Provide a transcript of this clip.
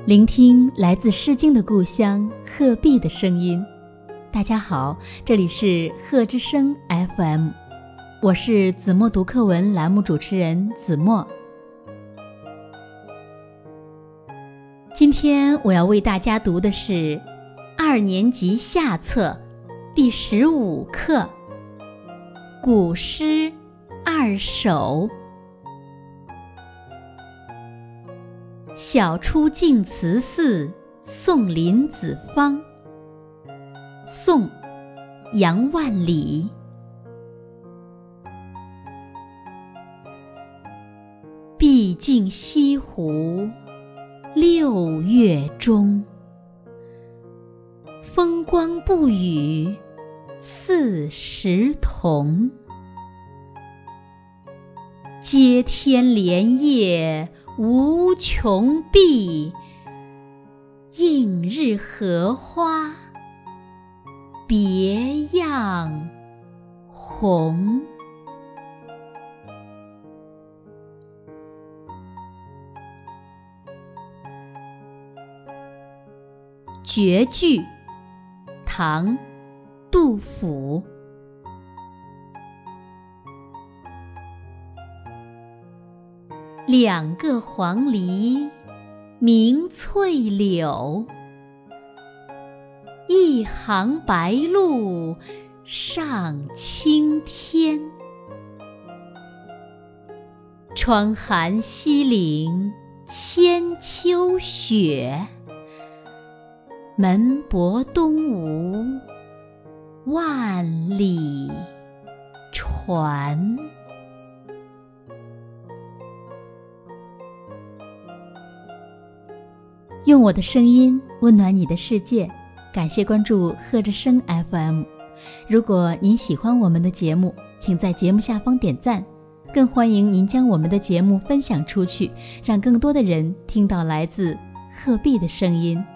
聆听来自诗经的故乡鹤壁的声音。大家好，这里是鹤之声 FM， 我是子墨读课文栏目主持人子墨。今天我要为大家读的是2年级下册第15课古诗2首。晓出净慈寺，送林子方。宋·杨万里。毕竟西湖6月中，风光不与40同。接天莲叶无穷碧，映日荷花别样红。绝句，唐·杜甫。2个黄鹂鸣翠柳，一行白鹭上青天。窗含西岭千秋雪，门泊东吴万里船。用我的声音温暖你的世界，感谢关注鹤之声 FM。 如果您喜欢我们的节目，请在节目下方点赞，更欢迎您将我们的节目分享出去，让更多的人听到来自鹤壁的声音。